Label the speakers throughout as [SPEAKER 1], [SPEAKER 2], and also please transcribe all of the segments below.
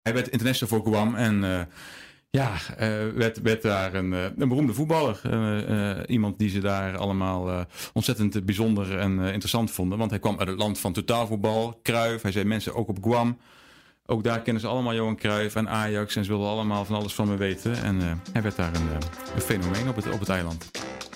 [SPEAKER 1] Hij werd international voor Guam en werd daar een beroemde voetballer. Iemand die ze daar allemaal ontzettend bijzonder en interessant vonden. Want hij kwam uit het land van totaalvoetbal, Cruyff. Hij zei mensen ook op Guam. Ook daar kennen ze allemaal Johan Cruijff en Ajax en ze wilden allemaal van alles van me weten. En hij werd daar een fenomeen op het eiland.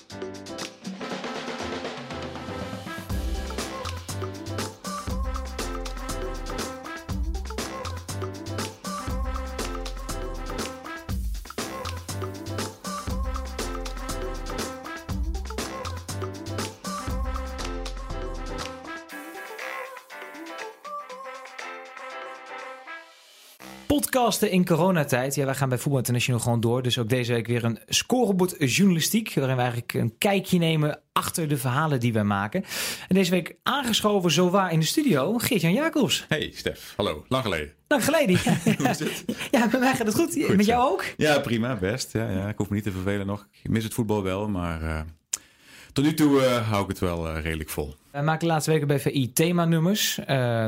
[SPEAKER 2] Podcasten in coronatijd. Ja, wij gaan bij Voetbal International gewoon door. Dus ook deze week weer een scorebord journalistiek. Waarin we eigenlijk een kijkje nemen achter de verhalen die wij maken. En deze week aangeschoven zowaar in de studio Geert-Jan Jacobs.
[SPEAKER 1] Hey Stef, hallo. Lang geleden.
[SPEAKER 2] Lang geleden.
[SPEAKER 1] Hoe is het?
[SPEAKER 2] Ja, bij mij gaat het goed. Met jou ook?
[SPEAKER 1] Ja, prima. Best. Ja, ik hoef me niet te vervelen nog. Ik mis het voetbal wel, maar tot nu toe hou ik het wel redelijk vol.
[SPEAKER 2] Wij maken de laatste weken bij VI themanummers.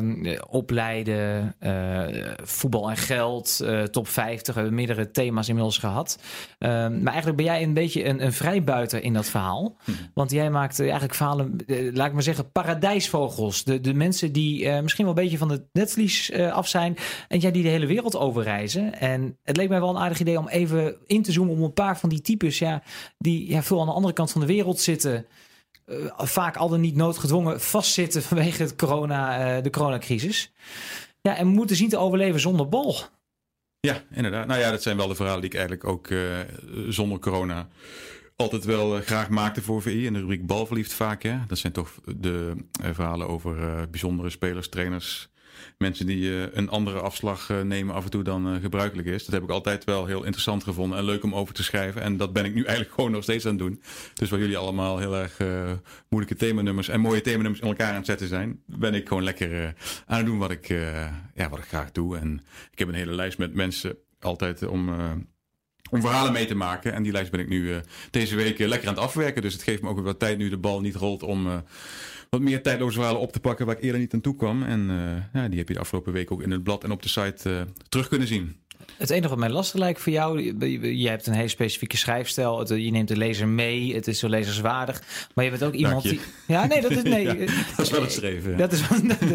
[SPEAKER 2] Opleiden, voetbal en geld, top 50. We hebben meerdere thema's inmiddels gehad. Maar eigenlijk ben jij een beetje een vrijbuiter in dat verhaal. Want jij maakt eigenlijk verhalen, laat ik maar zeggen, paradijsvogels. De mensen die misschien wel een beetje van het netvlies af zijn. En jij die de hele wereld overreizen. En het leek mij wel een aardig idee om even in te zoomen op een paar van die types die veel aan de andere kant van de wereld zitten. Vaak al dan niet noodgedwongen vastzitten vanwege de coronacrisis. Ja, en moeten zien te overleven zonder bal.
[SPEAKER 1] Ja, inderdaad. Nou ja, dat zijn wel de verhalen die ik eigenlijk ook zonder corona altijd wel graag maakte voor VI. In de rubriek Balverliefd vaak. Hè? Dat zijn toch de verhalen over bijzondere spelers, trainers. Mensen die een andere afslag nemen af en toe dan gebruikelijk is. Dat heb ik altijd wel heel interessant gevonden en leuk om over te schrijven. En dat ben ik nu eigenlijk gewoon nog steeds aan het doen. Dus waar jullie allemaal heel erg moeilijke themanummers en mooie themanummers in elkaar aan het zetten zijn, ben ik gewoon lekker aan het doen wat ik graag doe. En ik heb een hele lijst met mensen altijd om verhalen mee te maken. En die lijst ben ik nu deze week lekker aan het afwerken. Dus het geeft me ook weer wat tijd nu de bal niet rolt om wat meer tijdloze verhalen op te pakken waar ik eerder niet aan toe kwam. En die heb je de afgelopen week ook in het blad en op de site terug kunnen zien.
[SPEAKER 2] Het enige wat mij lastig lijkt voor jou, je hebt een hele specifieke schrijfstijl. Je neemt de lezer mee, het is zo lezerswaardig. Maar je bent ook iemand die... Ja, nee, dat is... Nee.
[SPEAKER 1] Ja, dat is wel het streven. Ja.
[SPEAKER 2] Dat is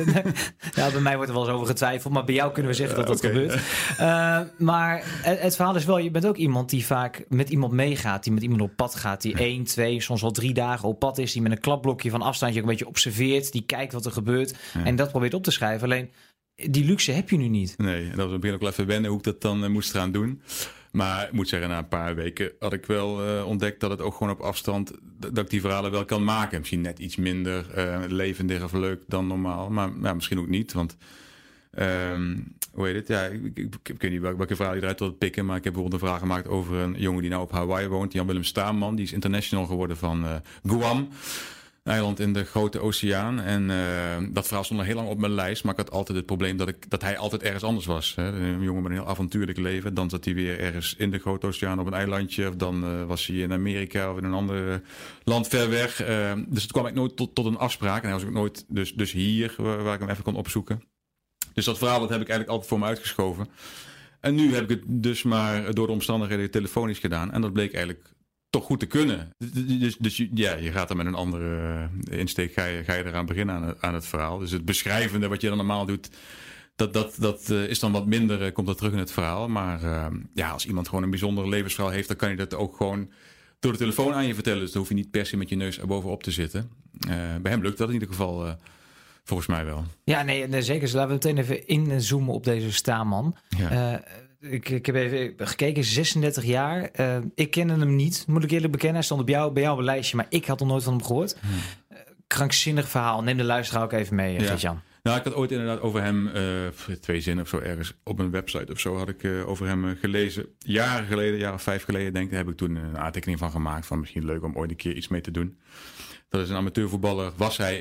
[SPEAKER 2] ja, bij mij wordt er wel eens over getwijfeld, maar bij jou kunnen we zeggen dat dat gebeurt. Maar het verhaal is wel, je bent ook iemand die vaak met iemand meegaat, die met iemand op pad gaat, die 1, 2, soms wel 3 dagen op pad is, die met een klapblokje van afstand je ook een beetje observeert, die kijkt wat er gebeurt en dat probeert op te schrijven. Alleen, die luxe heb je nu niet.
[SPEAKER 1] Nee, en dat was in het begin ook wel even wennen hoe ik dat dan moest gaan doen. Maar ik moet zeggen, na een paar weken had ik wel ontdekt dat het ook gewoon op afstand, dat ik die verhalen wel kan maken. Misschien net iets minder levendig of leuk dan normaal. Maar misschien ook niet, want hoe heet het? Ja, ik weet niet welke verhalen je eruit wilt pikken, maar ik heb bijvoorbeeld een verhaal gemaakt over een jongen die nou op Hawaii woont, Jan-Willem Staanman. Die is international geworden van Guam. Een eiland in de grote oceaan. En dat verhaal stond al heel lang op mijn lijst. Maar ik had altijd het probleem dat hij altijd ergens anders was. Hè. Een jongen met een heel avontuurlijk leven. Dan zat hij weer ergens in de grote oceaan op een eilandje. Of dan was hij in Amerika of in een ander land ver weg. Dus het kwam ik nooit tot een afspraak. En hij was ook nooit dus hier waar ik hem even kon opzoeken. Dus dat verhaal dat heb ik eigenlijk altijd voor me uitgeschoven. En nu heb ik het dus maar door de omstandigheden telefonisch gedaan. En dat bleek eigenlijk toch goed te kunnen. Dus je gaat er met een andere insteek, ga je eraan beginnen aan het verhaal. Dus het beschrijvende wat je dan normaal doet, dat is dan wat minder, komt dat terug in het verhaal. Maar als iemand gewoon een bijzonder levensverhaal heeft, dan kan je dat ook gewoon door de telefoon aan je vertellen. Dus dan hoef je niet per se met je neus erbovenop te zitten. Bij hem lukt dat in ieder geval volgens mij wel. Ja,
[SPEAKER 2] nee zeker. Dus laten we meteen even inzoomen op deze Staanman. Ja. Ik heb even gekeken, 36 jaar. Ik kende hem niet, moet ik eerlijk bekennen. Hij stond bij jou op een lijstje, maar ik had nog nooit van hem gehoord. Krankzinnig verhaal. Neem de luisteraar ook even mee, Geert-Jan.
[SPEAKER 1] Nou, ik had ooit inderdaad over hem 2 zinnen of zo ergens op een website of zo had ik over hem gelezen. Jaren geleden, jaar of 5 geleden denk ik, daar heb ik toen een aantekening van gemaakt van misschien leuk om ooit een keer iets mee te doen. Dat is een amateurvoetballer, was hij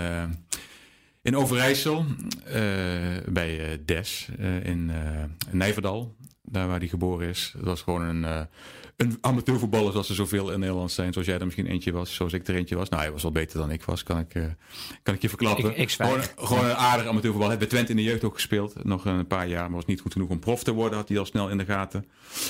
[SPEAKER 1] in Overijssel, bij Des in Nijverdal. daar waar hij geboren is. Dat was gewoon een amateurvoetballer zoals er zoveel in Nederland zijn. Zoals jij er misschien eentje was, zoals ik er eentje was. Nou, hij was wel beter dan ik was, kan ik je verklappen.
[SPEAKER 2] Ik
[SPEAKER 1] gewoon een aardig amateurvoetballer. Hij heeft bij Twente in de jeugd ook gespeeld. Nog een paar jaar, maar was niet goed genoeg om prof te worden. Had hij al snel in de gaten.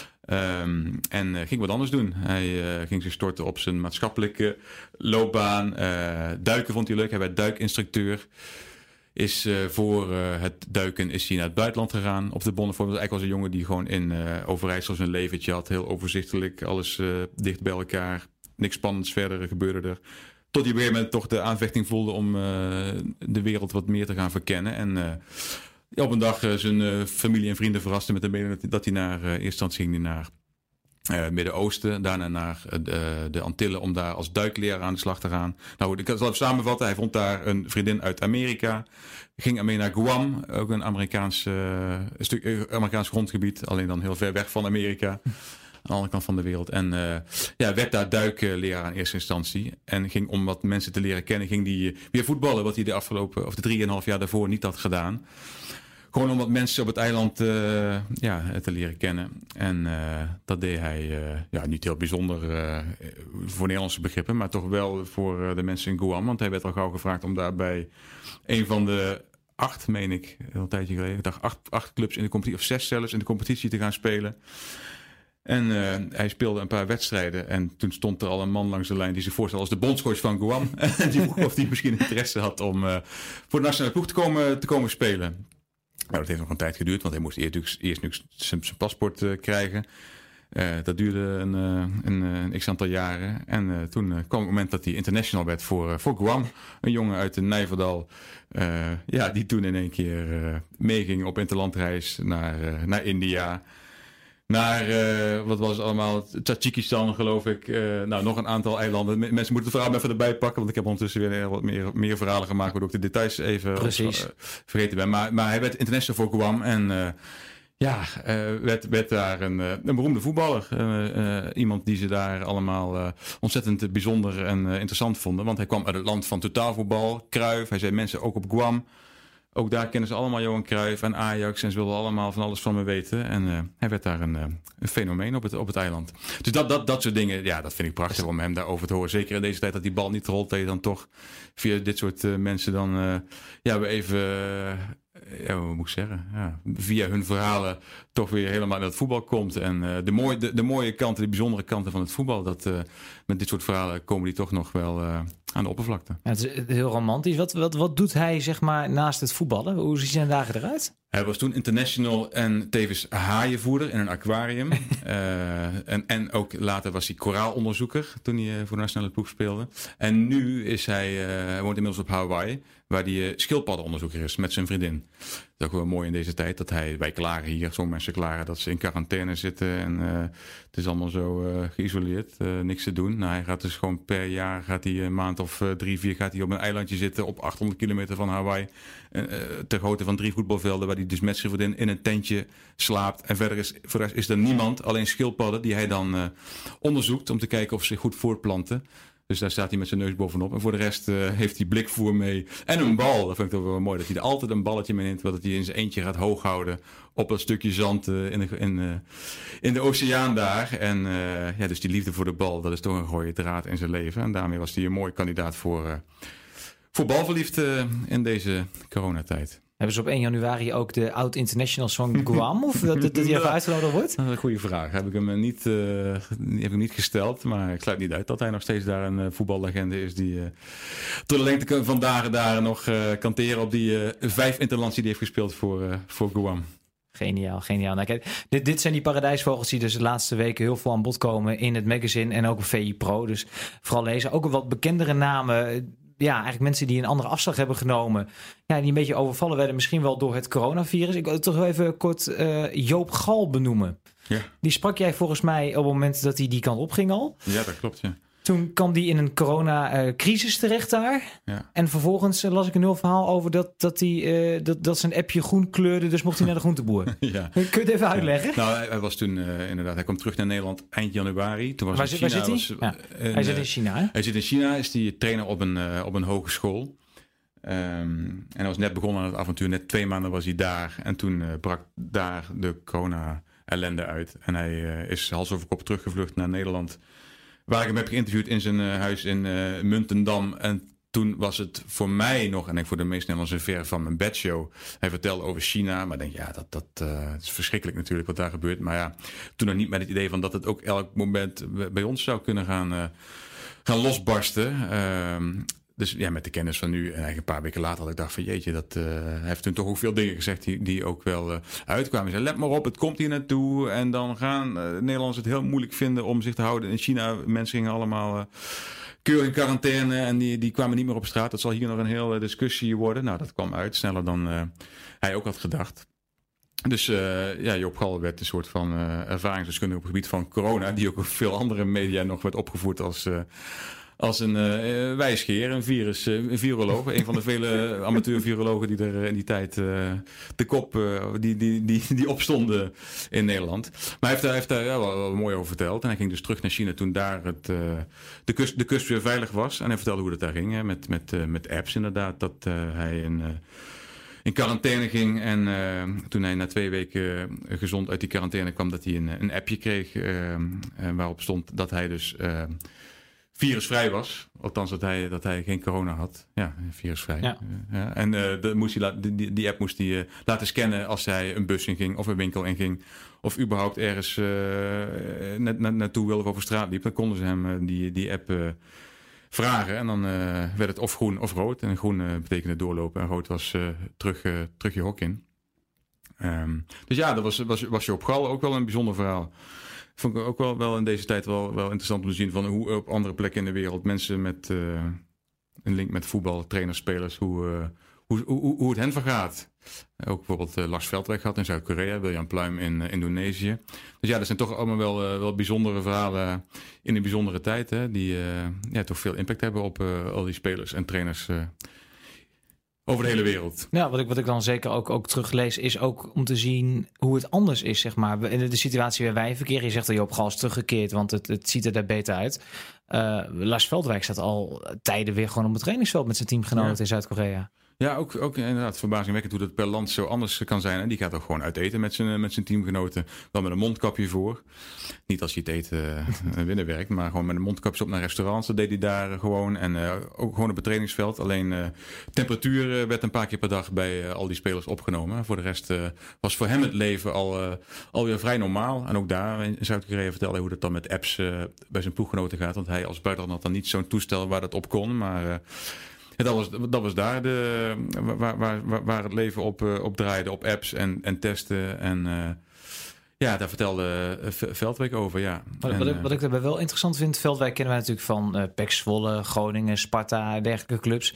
[SPEAKER 1] En ging wat anders doen. Hij ging zich storten op zijn maatschappelijke loopbaan. Duiken vond hij leuk. Hij werd duikinstructeur. Is voor het duiken is hij naar het buitenland gegaan. Op de Bonnefoy. Eigenlijk was een jongen die gewoon in Overijssel zijn leventje had. Heel overzichtelijk. Alles dicht bij elkaar. Niks spannends verder gebeurde er. Tot hij op een gegeven moment toch de aanvechting voelde om de wereld wat meer te gaan verkennen. En op een dag zijn familie en vrienden verrasten met de mededeling dat hij naar eerste instantie ging naar Midden-Oosten, daarna naar de Antillen om daar als duikleraar aan de slag te gaan. Nou, ik zal even samenvatten. Hij vond daar een vriendin uit Amerika. Ging mee naar Guam, ook een Amerikaans grondgebied, alleen dan heel ver weg van Amerika. Aan de andere kant van de wereld. En werd daar duikleraar in eerste instantie. En ging om wat mensen te leren kennen, ging hij weer voetballen, wat hij de afgelopen, of de 3,5 jaar daarvoor niet had gedaan. Gewoon om wat mensen op het eiland te leren kennen. En dat deed hij niet heel bijzonder voor Nederlandse begrippen, maar toch wel voor de mensen in Guam. Want hij werd al gauw gevraagd om daar bij een van de 8, meen ik, een tijdje geleden. Ik dacht 8 clubs in de competitie, of 6 zelfs, in de competitie te gaan spelen. En hij speelde een paar wedstrijden. En toen stond er al een man langs de lijn die zich voorstelde als de bondscoach van Guam. En die vroeg of hij misschien interesse had om voor de nationale ploeg te komen spelen. Nou, dat heeft nog een tijd geduurd, want hij moest eerst zijn paspoort krijgen. Dat duurde een x-aantal jaren. En toen kwam het moment dat hij international werd voor Guam. Een jongen uit de Nijverdal, die toen in één keer meeging op interlandreis naar India. Naar, wat was het allemaal? Tajikistan, geloof ik. Nog een aantal eilanden. Mensen moeten het verhaal even erbij pakken. Want ik heb ondertussen weer wat meer verhalen gemaakt. Waardoor ik de details even vergeten ben. Maar hij werd international voor Guam. En werd daar een beroemde voetballer. Iemand die ze daar allemaal ontzettend bijzonder en interessant vonden. Want hij kwam uit het land van totaalvoetbal. Cruyff. Hij zei mensen ook op Guam. Ook daar kennen ze allemaal Johan Cruijff en Ajax en ze wilden allemaal van alles van me weten. En hij werd daar een fenomeen op het eiland. Dus dat soort dingen, dat vind ik prachtig om hem daarover te horen. Zeker in deze tijd dat die bal niet rolt, dat je dan toch via dit soort mensen dan weer even, hoe moet ik zeggen, via hun verhalen toch weer helemaal naar het voetbal komt. En de mooie kanten, de bijzondere kanten van het voetbal, met dit soort verhalen komen die toch nog wel aan de oppervlakte. Ja,
[SPEAKER 2] het is heel romantisch. Wat doet hij zeg maar naast het voetballen? Hoe zien zijn dagen eruit?
[SPEAKER 1] Hij was toen international en tevens haaienvoerder in een aquarium. En ook later was hij koraalonderzoeker toen hij voor de nationale ploeg speelde. En nu is hij woont inmiddels op Hawaii, waar hij schildpaddenonderzoeker is met zijn vriendin. Dat is ook wel mooi in deze tijd dat wij klagen hier, sommige mensen klagen dat ze in quarantaine zitten en het is allemaal zo geïsoleerd, niks te doen. Nou, hij gaat dus gewoon per jaar, een maand of 3, 4 gaat hij op een eilandje zitten op 800 kilometer van Hawaii, ter grootte van 3 voetbalvelden, waar hij dus met zijn vriendin in een tentje slaapt. En voor de rest is er niemand, alleen schildpadden die hij dan onderzoekt om te kijken of ze zich goed voortplanten. Dus daar staat hij met zijn neus bovenop. En voor de rest heeft hij blikvoer mee. En een bal. Dat vind ik toch wel mooi. Dat hij er altijd een balletje mee neemt. Dat hij in zijn eentje gaat hooghouden. Op dat stukje zand in de oceaan daar. En dus die liefde voor de bal. Dat is toch een rode draad in zijn leven. En daarmee was hij een mooi kandidaat voor balverliefd in deze coronatijd.
[SPEAKER 2] Hebben ze op 1 januari ook de oud-internationals van Guam? Of dat hij even uitgenodigd wordt?
[SPEAKER 1] Dat is een goede vraag. Heb ik hem niet gesteld. Maar ik sluit niet uit dat hij nog steeds daar een voetballegende is. Die tot de lengte van dagen nog kan teren op die 5 interlands die hij heeft gespeeld voor Guam.
[SPEAKER 2] Geniaal. Nou, kijk, dit zijn die paradijsvogels die dus de laatste weken heel veel aan bod komen in het magazine en ook op VI Pro. Dus vooral lezen. Ook wat bekendere namen. Ja, eigenlijk mensen die een andere afslag hebben genomen. Ja, die een beetje overvallen werden. Misschien wel door het coronavirus. Ik wil toch wel even kort Joop Gal benoemen. Ja. Die sprak jij volgens mij op het moment dat hij die kant op ging al.
[SPEAKER 1] Ja, dat klopt, ja.
[SPEAKER 2] Toen kwam die in een coronacrisis terecht daar. Ja. En vervolgens las ik een heel verhaal over dat zijn appje groen kleurde. Dus mocht hij naar de groenteboer. Ja. Kun je het even uitleggen?
[SPEAKER 1] Ja. Nou, hij was toen inderdaad. Hij kwam terug naar Nederland eind januari. Toen was
[SPEAKER 2] waar zit hij? Hij zit in China, hè?
[SPEAKER 1] Hij zit in China. Is die trainer op een hogeschool. En hij was net begonnen aan het avontuur. Net 2 maanden was hij daar. En toen brak daar de corona ellende uit. En hij is hals over kop teruggevlucht naar Nederland, waar ik hem heb geïnterviewd in zijn huis in Muntendam. En toen was het voor mij nog, en ik voor de meeste Nederlanders ver van mijn bedshow. Hij vertelde over China, maar ik denk, dat is verschrikkelijk natuurlijk wat daar gebeurt. Maar ja, toen nog niet met het idee van dat het ook elk moment bij ons zou kunnen gaan losbarsten. Dus ja, met de kennis van nu en eigenlijk een paar weken later had ik gedacht van jeetje, hij heeft toen toch ook veel dingen gezegd die ook wel uitkwamen. Hij zei, let maar op, het komt hier naartoe. En dan gaan Nederlanders het heel moeilijk vinden om zich te houden. In China, mensen gingen allemaal keurig in quarantaine en die kwamen niet meer op straat. Dat zal hier nog een hele discussie worden. Nou, dat kwam uit, sneller dan hij ook had gedacht. Dus Joop Gal werd een soort van ervaringsdeskundige op het gebied van corona, die ook op veel andere media nog werd opgevoerd als een wijsgeer, een viroloog. Een van de vele amateur-virologen die er in die tijd de kop die opstonden in Nederland. Maar hij heeft daar wel mooi over verteld. En hij ging dus terug naar China toen daar de kust weer veilig was. En hij vertelde hoe dat daar ging, hè, met apps inderdaad. Dat hij in quarantaine ging. En toen hij na 2 weken gezond uit die quarantaine kwam, dat hij een appje kreeg waarop stond dat hij dus virusvrij was. Althans dat hij geen corona had. Ja, virusvrij. Ja. En die app moest hij laten scannen als hij een bus inging of een winkel inging. Of überhaupt ergens naartoe wilde of over straat liep. Dan konden ze hem die app vragen. En dan werd het of groen of rood. En groen betekende doorlopen. En rood was terug je hok in. Dus ja, dat was Joop Gal ook wel een bijzonder verhaal. Vond ik ook wel in deze tijd wel interessant om te zien van hoe op andere plekken in de wereld mensen met een link met voetbal, trainers, spelers, hoe het hen vergaat. Ook bijvoorbeeld Lars Veldweg gehad in Zuid-Korea, William Pluim in Indonesië. Dus ja, dat zijn toch allemaal wel bijzondere verhalen in een bijzondere tijd, hè, die toch veel impact hebben op al die spelers en trainers over de hele wereld.
[SPEAKER 2] Ja, wat ik dan zeker ook teruglees is ook om te zien hoe het anders is, zeg maar. In de situatie waar wij verkeren, je zegt dat Joop Gal is teruggekeerd, want het ziet er daar beter uit. Lars Veldwijk staat al tijden weer gewoon op het trainingsveld met zijn teamgenoten in Zuid-Korea. Ja,
[SPEAKER 1] ook inderdaad verbazingwekkend hoe dat per land zo anders kan zijn. En die gaat ook gewoon uit eten met zijn teamgenoten. Wel met een mondkapje voor. Niet als je het eten binnenwerkt, maar gewoon met een mondkapje op naar restaurants. Dat deed hij daar gewoon. En ook gewoon op het trainingsveld. Alleen temperatuur werd een paar keer per dag bij al die spelers opgenomen. Voor de rest was voor hem het leven alweer vrij normaal. En ook daar in Zuid-Korea vertelde hij hoe dat dan met apps bij zijn ploeggenoten gaat. Want hij als buitenlander had dan niet zo'n toestel waar dat op kon. Maar dat was daar waar het leven op draaide, op apps en testen. En daar vertelde Veldwijk over, ja.
[SPEAKER 2] Wat ik daarbij wel interessant vind, Veldwijk kennen wij natuurlijk van PEC Zwolle, Groningen, Sparta, dergelijke clubs.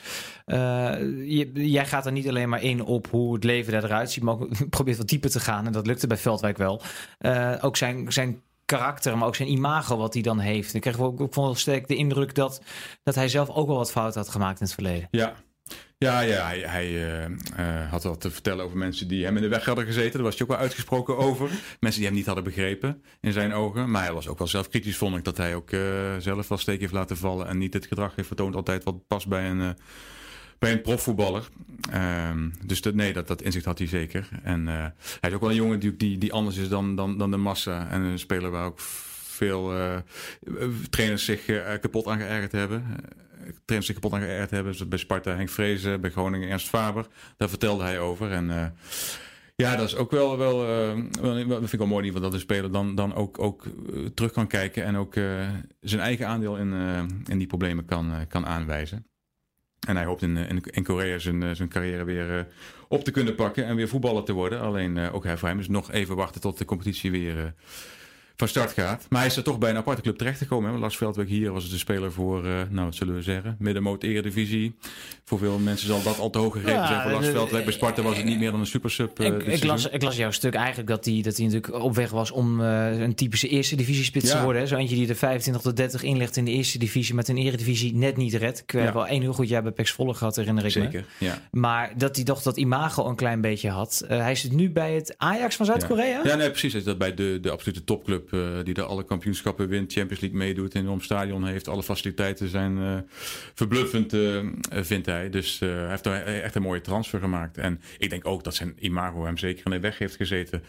[SPEAKER 2] Jij gaat er niet alleen maar in op hoe het leven eruit ziet, maar ook probeert wat dieper te gaan. En dat lukte bij Veldwijk wel. Ook zijn karakter, maar ook zijn imago wat hij dan heeft. Ik kreeg ook wel sterk de indruk dat hij zelf ook wel wat fouten had gemaakt in het verleden.
[SPEAKER 1] Ja, hij had wat te vertellen over mensen die hem in de weg hadden gezeten. Daar was hij ook wel uitgesproken over. Mensen die hem niet hadden begrepen in zijn ogen. Maar hij was ook wel zelf kritisch, vond ik, dat hij ook zelf wel steek heeft laten vallen en niet het gedrag heeft vertoond altijd wat past bij een profvoetballer. Dus dat inzicht had hij zeker. En hij is ook wel een jongen die anders is dan de massa. En een speler waar ook veel trainers zich kapot aan geërgerd hebben. Zoals bij Sparta Henk Vrezen, bij Groningen Ernst Faber. Daar vertelde hij over. En dat is ook wel dat vind ik wel mooi in ieder geval, dat de speler dan ook terug kan kijken en ook zijn eigen aandeel in die problemen kan aanwijzen. En hij hoopt in Korea zijn carrière weer op te kunnen pakken en weer voetballer te worden. Alleen ook voor hem is nog even wachten tot de competitie weer van start gaat. Maar hij is er toch bij een aparte club terechtgekomen. Lars Veldwijk hier was het de speler voor, wat zullen we zeggen, middenmoot Eredivisie. Voor veel mensen zal dat al te hoog gegrepen zijn voor Lars Veldwijk. Bij Sparta was het niet meer dan een supersub.
[SPEAKER 2] Ik las jouw stuk eigenlijk dat hij natuurlijk op weg was om een typische eerste divisiespits te worden. Hè? Zo eentje die de 25 tot 30 inlegt in de eerste divisie, met een Eredivisie net niet redt. Ik heb wel 1 heel goed jaar bij PEC Zwolle gehad, herinner ik me.
[SPEAKER 1] Zeker, ja.
[SPEAKER 2] Maar dat hij toch dat imago een klein beetje had. Hij zit nu bij het Ajax van Zuid-Korea?
[SPEAKER 1] Ja, nee, precies. Hij is dat bij de absolute topclub die daar alle kampioenschappen wint, Champions League meedoet, een enorm stadion heeft, alle faciliteiten zijn verbluffend, vindt hij. Dus hij heeft echt een mooie transfer gemaakt. En ik denk ook dat zijn imago hem zeker in de weg heeft gezeten.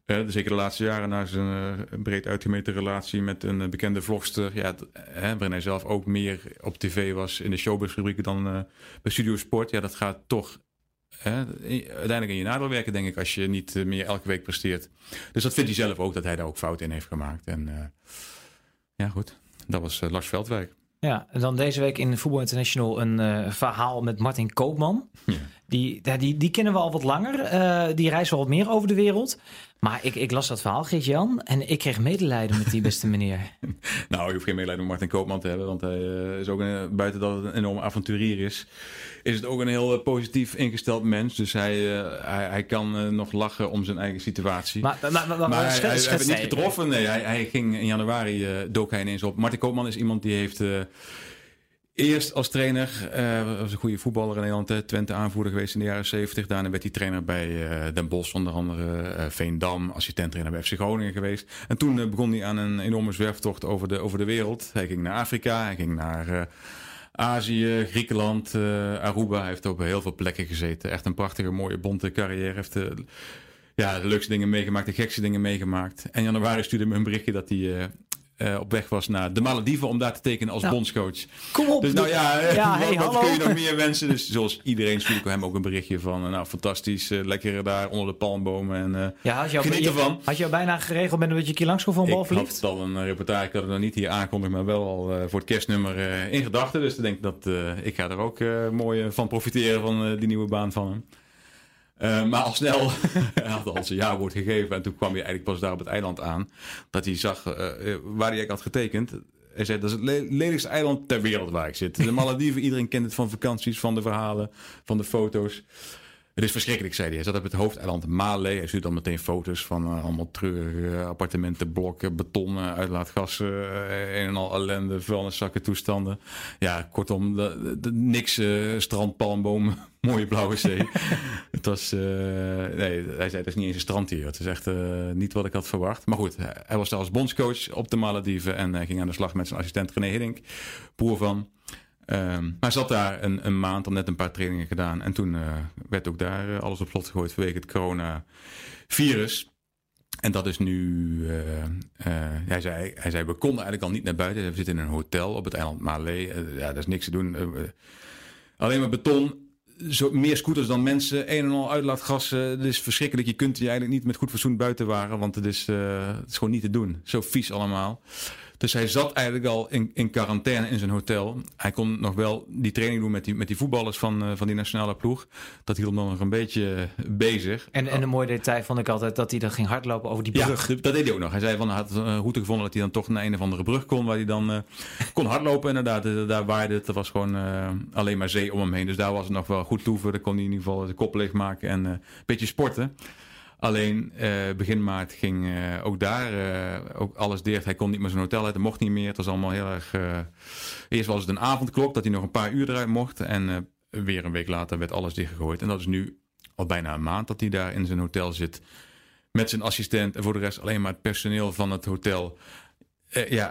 [SPEAKER 1] Zeker de laatste jaren na zijn breed uitgemeten relatie met een bekende vlogster. Ja, waarin hij zelf ook meer op tv was in de showbizfabrieken dan bij Studio Sport. Ja, dat gaat toch uiteindelijk in je nadeel werken, denk ik, als je niet meer elke week presteert. Dus dat vindt hij zelf ook, dat hij daar ook fout in heeft gemaakt. En ja, goed. Dat was Lars Veldwijk.
[SPEAKER 2] Ja, en dan deze week in Voetbal International een verhaal met Martin Koopman. Ja. Die kennen we al wat langer. Die reist wel wat meer over de wereld. Maar ik las dat verhaal, Geert-Jan, en ik kreeg medelijden met die beste meneer.
[SPEAKER 1] Nou, je hoeft geen medelijden met Martin Koopman te hebben, want hij is ook buiten dat het een enorme avonturier is het ook een heel positief ingesteld mens. Dus hij kan nog lachen om zijn eigen situatie. Maar hij heeft het niet getroffen. Nee, hij ging in januari, dook hij ineens op. Martin Koopman is iemand die heeft eerst als trainer, was een goede voetballer in Nederland, Twente aanvoerder geweest in de jaren 70. Daarna werd hij trainer bij Den Bosch, onder andere Veendam, assistent-trainer bij FC Groningen geweest. En toen begon hij aan een enorme zwerftocht over de wereld. Hij ging naar Afrika, hij ging naar Azië, Griekenland, Aruba. Hij heeft op heel veel plekken gezeten. Echt een prachtige, mooie, bonte carrière. Heeft de leukste dingen meegemaakt, de gekste dingen meegemaakt. En in januari stuurde me een berichtje dat hij op weg was naar de Malediven om daar te tekenen als bondscoach.
[SPEAKER 2] Kom op!
[SPEAKER 1] Dus wat kun je nog meer wensen? Dus zoals iedereen stuurde ik hem ook een berichtje van fantastisch, lekker daar onder de palmbomen en geniet ervan.
[SPEAKER 2] Had je al bijna geregeld met dat je een keer langs kon voor een bal verliefd?
[SPEAKER 1] Ik had al een reportage, ik had het nog niet hier aankondigd, maar wel al voor het kerstnummer in gedachten. Dus ik denk dat ik ga er ook mooi van profiteren van die nieuwe baan van hem. Maar al snel had al zijn jaarwoord gegeven. En toen kwam hij eigenlijk pas daar op het eiland aan. Dat hij zag waar hij eigenlijk had getekend. Hij zei, dat is het lelijkste eiland ter wereld waar ik zit. De Malediven, iedereen kent het van vakanties, van de verhalen, van de foto's. Het is verschrikkelijk, zei hij. Hij zat op het hoofdeiland Malé. Hij stuurde dan meteen foto's van allemaal treurige appartementen, blokken, beton, uitlaatgassen, een en al ellende, vuilniszakken, toestanden. Ja, kortom, niks, strand, palmbomen, mooie blauwe zee. Het was, hij zei, het is niet eens een strand hier. Het is echt niet wat ik had verwacht. Maar goed, hij was daar als bondscoach op de Malediven en ging aan de slag met zijn assistent René Hiddink, broer van. Hij zat daar een maand, al net een paar trainingen gedaan. En toen werd ook daar alles op slot gegooid vanwege het coronavirus. En dat is nu... hij zei, we konden eigenlijk al niet naar buiten. We zitten in een hotel op het eiland Malé. Daar is niks te doen. Alleen maar beton. Meer scooters dan mensen. Een en al uitlaatgassen. Het is verschrikkelijk. Je kunt je eigenlijk niet met goed fatsoen buiten waren. Want het is gewoon niet te doen. Zo vies allemaal. Dus hij zat eigenlijk al in quarantaine in zijn hotel. Hij kon nog wel die training doen met die voetballers van die nationale ploeg. Dat hield hem nog een beetje bezig.
[SPEAKER 2] En een mooi detail vond ik altijd dat hij dan ging hardlopen over die brug.
[SPEAKER 1] Ja, dat deed hij ook nog. Hij zei van hij had een route gevonden dat hij dan toch naar een of andere brug kon. Waar hij dan kon hardlopen. Inderdaad, daar waaide het. Er was gewoon alleen maar zee om hem heen. Dus daar was het nog wel goed toeven. Daar kon hij in ieder geval de kop leeg maken en een beetje sporten. Alleen begin maart ging ook daar ook alles dicht. Hij kon niet meer zijn hotel uit, hij mocht niet meer. Het was allemaal heel erg... Eerst was het een avondklok dat hij nog een paar uur eruit mocht. En weer een week later werd alles dichtgegooid. En dat is nu al bijna een maand dat hij daar in zijn hotel zit. Met zijn assistent en voor de rest alleen maar het personeel van het hotel. De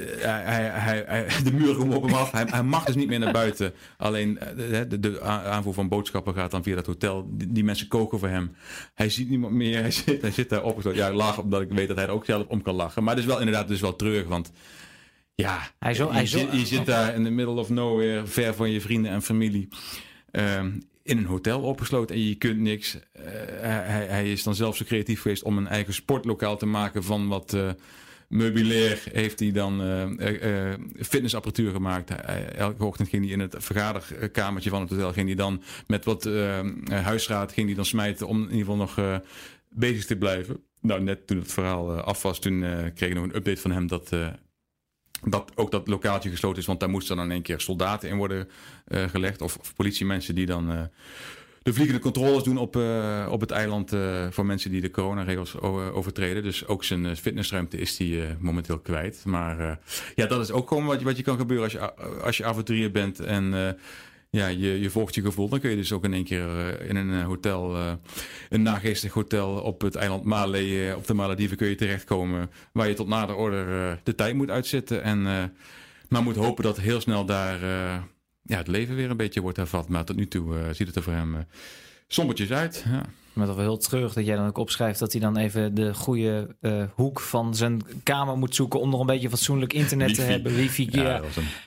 [SPEAKER 1] muur komt op hem af. Hij mag dus niet meer naar buiten. Alleen de aanvoer van boodschappen gaat dan via dat hotel. Die mensen koken voor hem. Hij ziet niemand meer. Hij zit daar opgesloten. Ja, lachen omdat ik weet dat hij er ook zelf om kan lachen. Maar het is wel inderdaad dus wel treurig. Want ja, je zit daar in the middle of nowhere. Ver van je vrienden en familie. In een hotel opgesloten en je kunt niks. Hij is dan zelf zo creatief geweest om een eigen sportlokaal te maken van wat... meubilair heeft hij dan fitnessapparatuur gemaakt. Elke ochtend ging hij in het vergaderkamertje van het hotel. Ging hij dan met wat huisraad ging hij dan smijten om in ieder geval nog bezig te blijven. Nou, net toen het verhaal af was, toen kreeg ik nog een update van hem dat ook dat lokaaltje gesloten is. Want daar moesten dan in één keer soldaten in worden gelegd. Of politiemensen die dan... de vliegende controles doen op het eiland voor mensen die de coronaregels overtreden. Dus ook zijn fitnessruimte is hij momenteel kwijt. Maar dat is ook gewoon wat je kan gebeuren als je avonturier bent en je volgt je gevoel. Dan kun je dus ook in één keer in een hotel, een nageestig hotel op het eiland Malé, op de Malediven kun je terechtkomen. Waar je tot nader order de tijd moet uitzitten. Maar moet hopen dat heel snel daar... het leven weer een beetje wordt hervat. Maar tot nu toe ziet het er voor hem sombertjes uit. Ja.
[SPEAKER 2] Maar toch wel heel treurig dat jij dan ook opschrijft dat hij dan even de goede hoek van zijn kamer moet zoeken om nog een beetje fatsoenlijk internet te hebben. Wifi, ja.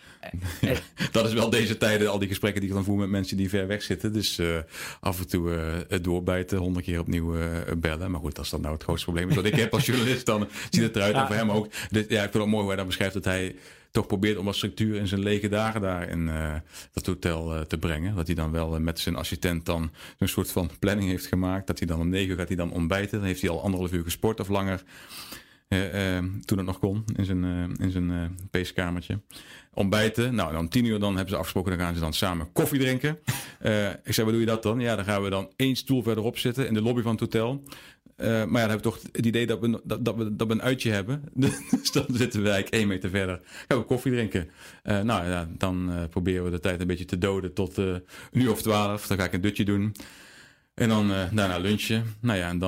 [SPEAKER 1] Dat is wel deze tijden, al die gesprekken die ik dan voer met mensen die ver weg zitten. Dus af en toe het doorbijten, 100 keer opnieuw bellen. Maar goed, als dat nou het grootste probleem is wat ik heb als journalist, dan ziet het eruit. En voor hem ook. Dus, ja, ik vind het mooi hoe hij dan beschrijft dat hij toch probeert om wat structuur in zijn lege dagen daar in dat hotel te brengen. Dat hij dan wel met zijn assistent dan een soort van planning heeft gemaakt. Dat hij dan om 9 uur gaat hij dan ontbijten. Dan heeft hij al 1,5 uur gesport of langer. Toen het nog kon in zijn peeskamertje. Ontbijten. Nou, dan 10 uur dan hebben ze afgesproken. Dan gaan ze dan samen koffie drinken. Ik zei, wat doe je dat dan? Ja, dan gaan we dan 1 stoel verderop zitten in de lobby van het hotel. Maar ja, dan hebben we toch het idee dat we een uitje hebben. Dus dan zitten we eigenlijk 1 meter verder. Gaan we koffie drinken. Nou ja, dan proberen we de tijd een beetje te doden tot 1 uur of 12. Dan ga ik een dutje doen. En dan daarna lunchen. Nou ja, en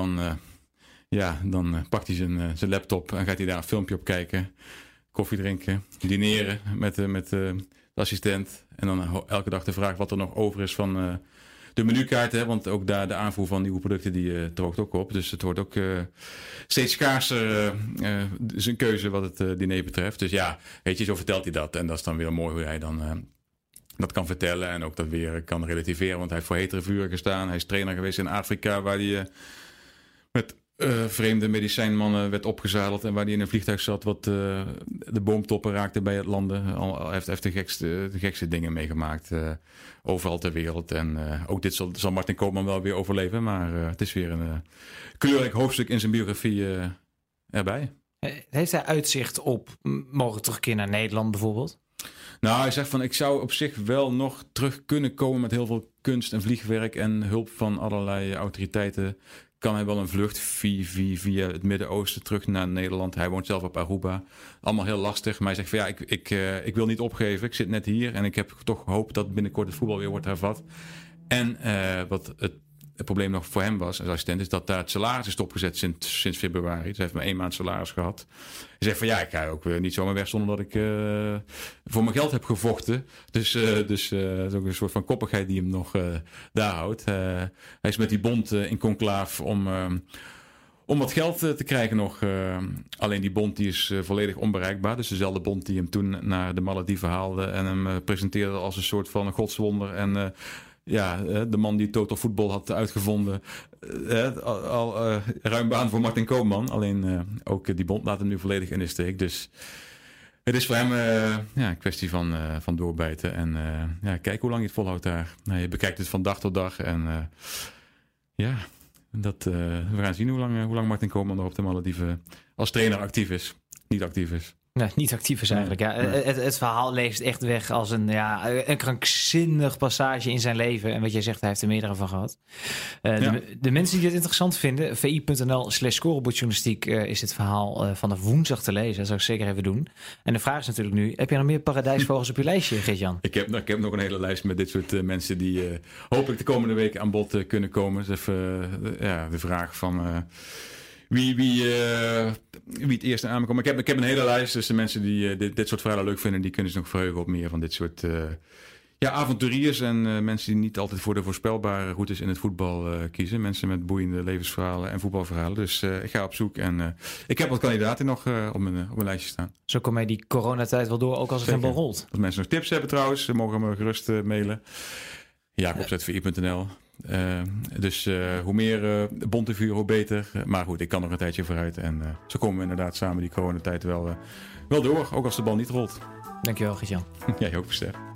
[SPEAKER 1] dan pakt hij zijn laptop en gaat hij daar een filmpje op kijken. Koffie drinken, dineren met de assistent. En dan elke dag de vraag wat er nog over is van de menukaart. Hè? Want ook daar de aanvoer van nieuwe producten die droogt ook op. Dus het wordt ook steeds schaarser zijn keuze wat het diner betreft. Dus ja, weet je, zo vertelt hij dat. En dat is dan weer mooi hoe hij dan dat kan vertellen. En ook dat weer kan relativeren. Want hij heeft voor hetere vuren gestaan. Hij is trainer geweest in Afrika waar hij met vreemde medicijnmannen werd opgezadeld en waar hij in een vliegtuig zat wat de boomtoppen raakte bij het landen. Hij heeft de gekste dingen meegemaakt overal ter wereld. En ook dit zal Martin Koopman wel weer overleven, maar het is weer een kleurrijk hoofdstuk in zijn biografie erbij.
[SPEAKER 2] Heeft hij uitzicht op mogelijk terugkeer naar Nederland bijvoorbeeld?
[SPEAKER 1] Nou, hij zegt van ik zou op zich wel nog terug kunnen komen met heel veel kunst en vliegwerk en hulp van allerlei autoriteiten. Kan hij wel een vlucht via het Midden-Oosten terug naar Nederland. Hij woont zelf op Aruba. Allemaal heel lastig. Maar hij zegt van ja, ik wil niet opgeven. Ik zit net hier en ik heb toch hoop dat binnenkort het voetbal weer wordt hervat. En wat het probleem nog voor hem was als assistent, is dat daar het salaris is stopgezet sinds februari. Dus hij heeft maar 1 maand salaris gehad. Hij zegt van ja, ik ga ook niet zomaar weg zonder dat ik voor mijn geld heb gevochten. Dus dat is ook een soort van koppigheid die hem nog daar houdt. Hij is met die bond in conclaaf om wat geld te krijgen nog. Alleen die bond die is volledig onbereikbaar. Dus dezelfde bond die hem toen naar de Malediven haalde en hem presenteerde als een soort van godswonder. En de man die Total Football had uitgevonden. Ruim baan voor Martin Koopman. Alleen ook die bond laat hem nu volledig in de steek. Dus het is voor hem een kwestie van doorbijten. En kijk hoe lang je het volhoudt daar. Je bekijkt het van dag tot dag. En we gaan zien hoe lang Martin Koopman nog op de Malediven als trainer actief is. Niet actief is.
[SPEAKER 2] Nee, niet actief is eigenlijk. Ja. Het verhaal leest echt weg als een krankzinnig passage in zijn leven. En wat jij zegt, hij heeft er meerdere van gehad. De mensen die dit interessant vinden, vi.nl/scorebordjournalistiek is dit verhaal vanaf woensdag te lezen. Dat zou ik zeker even doen. En de vraag is natuurlijk nu, heb je nog meer paradijsvogels op je lijstje, Geert-Jan?
[SPEAKER 1] Ik heb nog een hele lijst met dit soort mensen die hopelijk de komende week aan bod kunnen komen. Dus even de vraag van wie het eerst aankomt. Ik heb een hele lijst. Dus de mensen die dit soort verhalen leuk vinden, die kunnen zich nog verheugen op meer van dit soort avonturiers. En mensen die niet altijd voor de voorspelbare routes in het voetbal kiezen. Mensen met boeiende levensverhalen en voetbalverhalen. Dus ik ga op zoek. En ik heb wat kandidaten nog op mijn lijstje staan.
[SPEAKER 2] Zo kom jij die coronatijd wel door, ook als het helemaal rolt.
[SPEAKER 1] Als mensen nog tips hebben trouwens, ze mogen me gerust mailen. Jacob@vi.nl. Dus hoe meer bontevuur, hoe beter. Maar goed, ik kan nog een tijdje vooruit. En zo komen we inderdaad samen die coronatijd wel door. Ook als de bal niet rolt.
[SPEAKER 2] Dankjewel, Geert-Jan.
[SPEAKER 1] Jij ook, Ster.